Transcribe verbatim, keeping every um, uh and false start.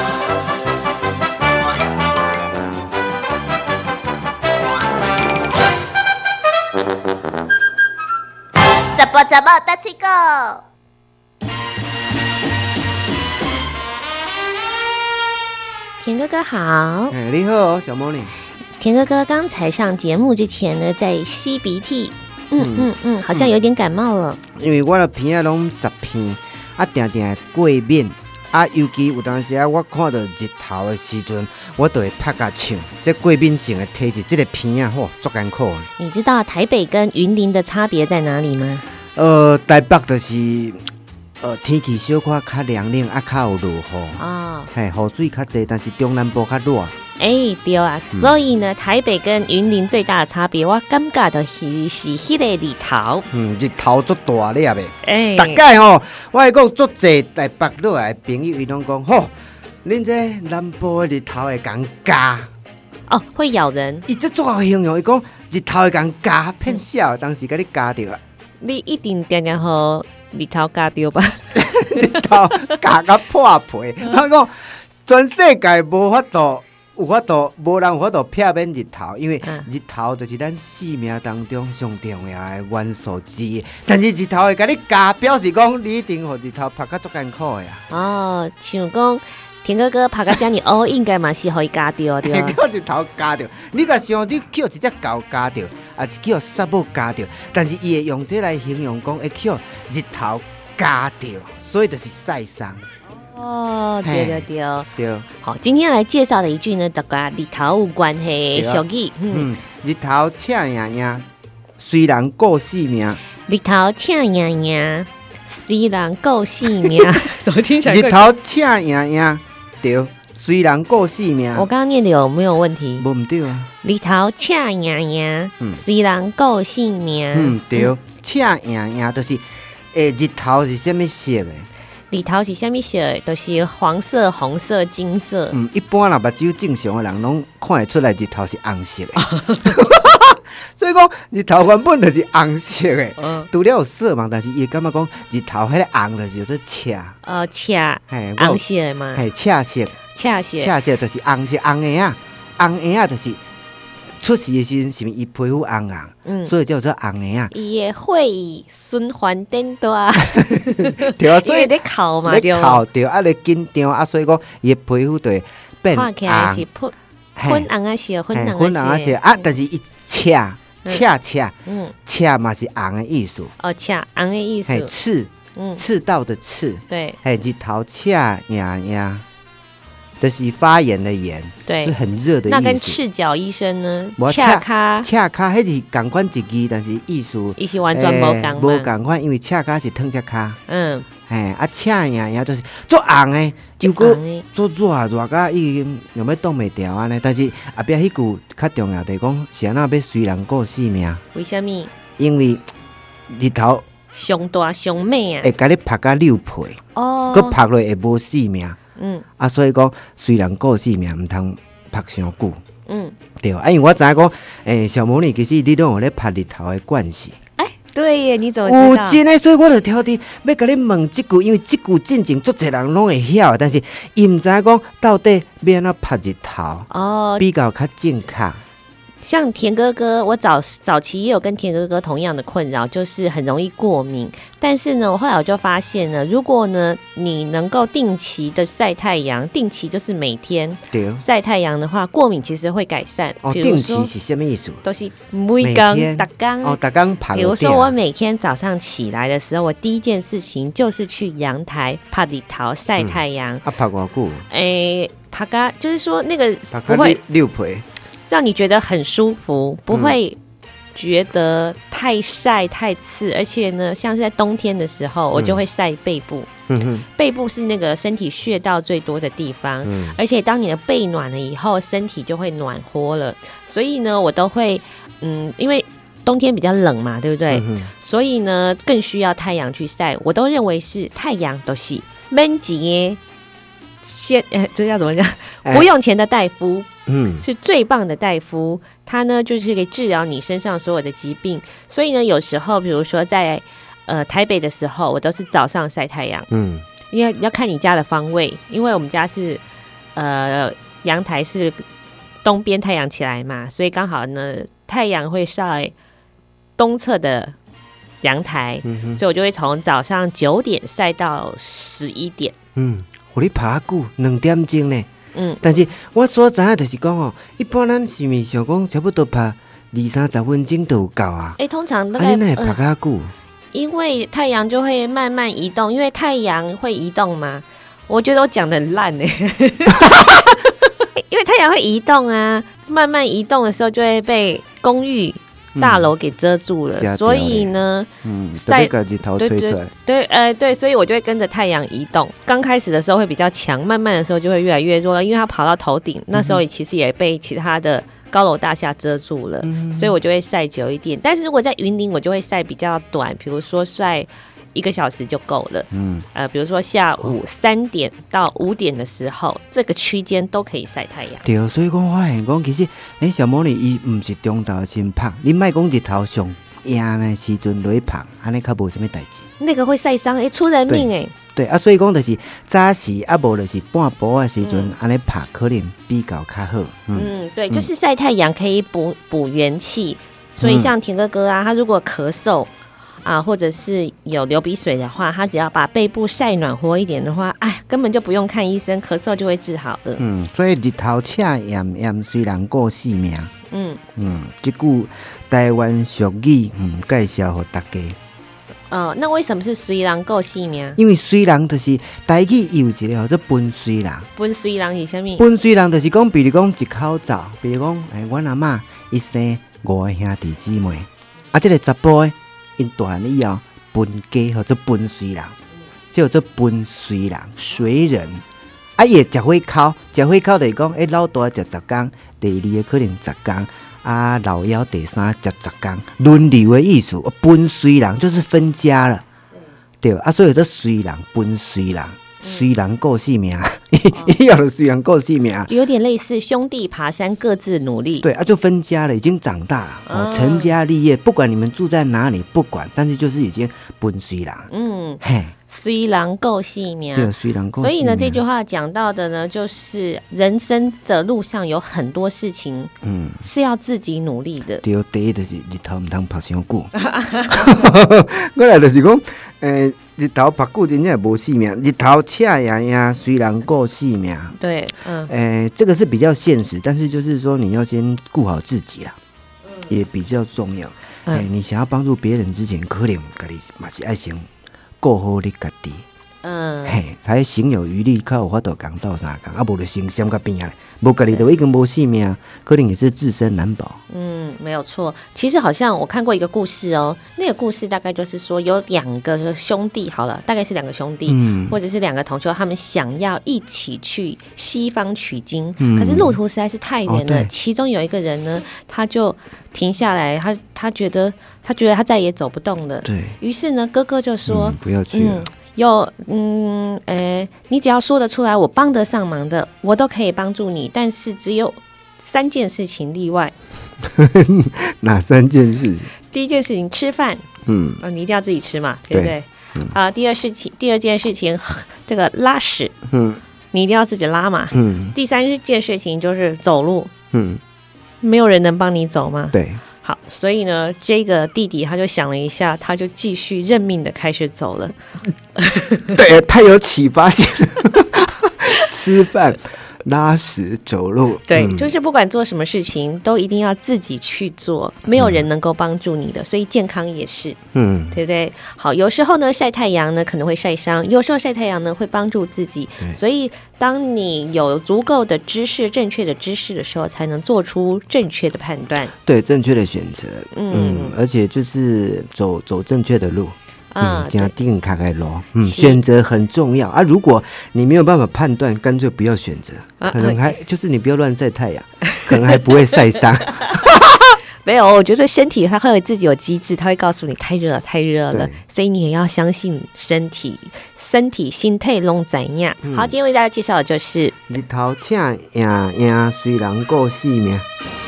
怎么怎么大七个？ 田哥哥好， 哎，你好，小魔女。 田哥哥刚才上节目之前呢，在吸鼻涕，嗯嗯嗯，好像有点感冒了。 因为我的鼻仔拢十片，啊，定定过敏，啊，尤其有当时啊，我看到日头的时阵，我都会拍甲唱。这过敏性的体质，这个鼻啊，吼，足艰苦的。 你知道台北跟云林的差别在哪里吗？ 呃，台北就是。呃，天气小可较凉冷，啊，较有落雨。 哦， 嘿，雨水较济，但是中南部较热。 哎、欸，对啊，嗯、所以呢，台北跟云林最大的差别，我感觉就是是迄个日头。 嗯，日头足大粒的。 哎、欸， 大概吼，我会讲足济台北落来的朋友，伊拢讲吼，恁这南部的日头会共夹。 哦，会咬人。 伊这足好形容，伊讲日头会共夹，骗笑，当时甲你夹着啊。 你一定定定好。日头夹到吧？ 日头夹到破皮，我讲全世界无法度，有法度，无人有法度避免日头，因为日头就是咱生命当中上重要的元素之一。但是日头会甲你夹，表示讲你一定互日头拍甲足艰苦的呀。 哦，像讲田哥哥拍甲遮尔乌，应该嘛是互伊夹到对。 叫日头夹到，你甲想你叫一只狗夹到。也是叫萨母夹着，但是伊会用这来形容讲会叫日头夹着，所以就是晒伤。 哦，对对对对。 好，今天来介绍的一句呢，就跟日头有关系的俗语。 嗯，嗯日头赤影影，虽然顾性命。 日头赤影影，虽然顾性命。怎么听起来？ 日头赤影影，对。虽然顾性命， 我刚刚念的有没有问题？ 无唔对啊。 日头赤影影，虽然顾性命。 嗯，对，赤影影就是诶，日头是什么色的？ 日头是什么色的？就是黄色、红色、金色。 嗯，一般若目睭正常的人拢看会出来日头是红色的。所以讲日头原本就是红色的，嗯，除了有色嘛，但是伊感觉讲日头迄个红就是做赤。 呃，赤，嘿，红色的嘛， 嘿，赤色。 赤色， 赤色就是红色红的啊，红的啊就是出世的时阵，是毋是伊皮肤红红，嗯，所以叫做红的啊。 伊的血液循环颠倒， 对啊，所以咧哭嘛， 咧哭对啊，咧紧张啊，所以讲伊的皮肤就会变红，看起来是粉粉红啊色，粉红啊色啊，但是伊赤赤赤，嗯，赤嘛是红的意思。 哦，赤红的意思， 刺，嗯，刺到的刺， 对， 嘿，日头赤影影。就是发炎的炎， 对， 是很热的意思。 那跟赤脚医生呢？恰卡， 恰卡，迄是同款一字，但是意思， 伊是完全无共嘛， 无共款，因为恰卡是汤恰卡， 嗯， 哎，啊，赤影影就是做红的，又个做热热甲已经有要冻袂掉安尼。但是后壁迄句较重要的讲，是安那要虽然顾性命。 为什么？ 因为日头上大上美啊， 会甲你拍甲溜皮，哦，佮拍落会无性命。嗯，啊，所以讲虽然顾性命，唔通拍伤久。嗯，对啊，因为我知影讲，诶、欸，小魔女其实你拢有咧拍日头的惯势。 哎、欸，对耶，你怎么知道？ 有真诶，所以我就挑剔要甲你问即句，因为即句进前足侪人拢会晓，但是伊唔知影讲到底要安怎拍日头，哦，比较较正确。 像田哥哥，我早早期也有跟田哥哥同样的困扰，就是很容易过敏。但是呢，我后来我就发现呢，如果呢你能够定期的晒太阳，定期就是每天晒太阳的话，过敏其实会改善。 哦，定期是什么意思？ 都是每天、每天哦，每天拍。 比如说我每天早上起来的时候，我第一件事情就是去阳台拍日头晒太阳。 嗯、啊，拍多久？ 诶，拍个就是说那个不会溜皮。 让你觉得很舒服，不会觉得太晒太刺，而且呢，像是在冬天的时候，我就会晒背部。嗯哼，背部是那个身体穴道最多的地方，嗯、而且当你的背暖了以后，身体就会暖和了。所以呢，我都会，嗯，因为冬天比较冷嘛，对不对？嗯、所以呢，更需要太阳去晒。我都认为是太阳都是免钱的，先，呃，这叫怎么讲？不用钱的大夫。嗯，是最棒的大夫，他呢就是可以治疗你身上所有的疾病。所以呢，有时候比如说在呃台北的时候，我都是早上晒太阳。嗯，因为要看你家的方位，因为我们家是呃阳台是东边太阳起来嘛，所以刚好呢太阳会晒东侧的阳台，嗯、所以我就会从早上九点晒到十一点。 嗯，我你爬久两点钟呢。嗯，但是我所知影就是讲哦，一般咱是咪想讲差不多爬二三十分钟就有够啊？ 哎、欸，通常大概啊，你那会爬较久、呃？ 因为太阳就会慢慢移动，因为太阳会移动嘛。我觉得我讲得很烂哎、欸，因为太阳会移动啊，慢慢移动的时候就会被公寓大楼给遮住了，嗯、所以呢， 嗯，晒日头吹出来， 对，对，呃，对，所以我就会跟着太阳移动。刚开始的时候会比较强，慢慢的时候就会越来越弱了，因为它跑到头顶，那时候其实也被其他的高楼大厦遮住了，嗯、所以我就会晒久一点。但是如果在云林，我就会晒比较短，比如说晒一个小时就够了。嗯，呃，比如说下午三点到五点的时候，这个区间都可以晒太阳。 对，所以讲发现讲，其实诶，小魔女伊唔是中昼先晒，你莫讲日头上炎的时阵落去晒，安尼较无什么代志。 那个会晒伤，哎、欸，出人命哎、欸。 对啊，所以讲就是早时啊，无就是半晡的时阵，安尼晒可能比较较好。 嗯，嗯对，就是晒太阳可以补补元气，所以像田哥哥啊，他如果咳嗽。啊，或者是有流鼻水的话，他只要把背部晒暖和一点的话，哎，根本就不用看医生，咳嗽就会治好了。 嗯，所以日头赤炎炎，虽然过性命。嗯嗯，这句台湾俗语，嗯，介绍给大家。 呃，那为什么是虽然够细命？ 因为虽然就是台语有一个叫做分虽然。 分虽然是什么？ 分虽然就是讲，比如讲一口罩，比如讲，哎，阮阿嬷一生五个兄弟姊妹，啊，这个查甫的。因大汉以后分家或者分随人，叫做分随人随人。啊，伊会食火烤，食火烤就是讲，诶、欸，老大食十工，第二个可能十工，啊，老幺第三食十工，轮流的意思。分随人就是分家了，对啊，所以这随人分随人。虽然过性命，伊要的虽然过性命， 就有点类似兄弟爬山各自努力。 对啊，就分家了，已经长大了，哦，成家立业，不管你们住在哪里，不管，但是就是已经分虽然，嗯，嘿。 虽然够细命， 对，虽然够。 所以呢，这句话讲到的呢，就是人生的路上有很多事情，嗯，是要自己努力的。 对，第一就是日头唔通晒伤久。我来就是讲，诶、欸，日头晒久真正无性命，日头赤炎炎，虽然够性命。 对，嗯， 诶、欸，这个是比较现实，但是就是说你要先顾好自己啦，嗯、也比较重要。嗯、欸，你想要帮助别人之前，可能家己嘛是爱先。过好你家己，嗯，嘿，才行有余力，靠有法度讲到啥讲，啊，无就先闪到边啊，无家己就已经无性命，可能也是自身难保。 嗯，没有错。其实好像我看过一个故事哦，那个故事大概就是说有两个兄弟，好了，大概是两个兄弟，嗯，或者是两个同学，他们想要一起去西方取经，嗯、可是路途实在是太远了。哦、其中有一个人呢，他就停下来，他他觉得。他觉得他再也走不动了， 对于是呢，哥哥就说：“ 嗯、不要去了。 嗯”有嗯，呃，你只要说得出来，我帮得上忙的，我都可以帮助你。但是只有三件事情例外。 哪三件事情？ 第一件事情，吃饭，嗯、哦，你一定要自己吃嘛，对不对？啊、嗯呃，第二事情，第二件事情，这个拉屎，嗯，你一定要自己拉嘛，嗯。第三件事情就是走路，嗯，没有人能帮你走吗？ 对。 好，所以呢，这个弟弟他就想了一下，他就继续认命的开始走了。 对，太有启发性了。吃饭、拉屎、走路， 对、嗯，就是不管做什么事情，都一定要自己去做，没有人能够帮助你的，嗯、所以健康也是，嗯，对不对？好，有时候呢晒太阳呢可能会晒伤，有时候晒太阳呢会帮助自己，所以当你有足够的知识、正确的知识的时候，才能做出正确的判断，对， 正确的选择，嗯，嗯而且就是走走正确的路。嗯，这样定开开路，嗯，选择很重要啊。如果你没有办法判断，干脆不要选择，可能还、啊、就是你不要乱晒太阳，可能还不会晒伤。 没有，我觉得身体它会有自己有机制，它会告诉你太热了，太热了，所以你也要相信身体，身体心态拢怎样。好，今天为大家介绍的就是日头赤炎炎，虽然过性命。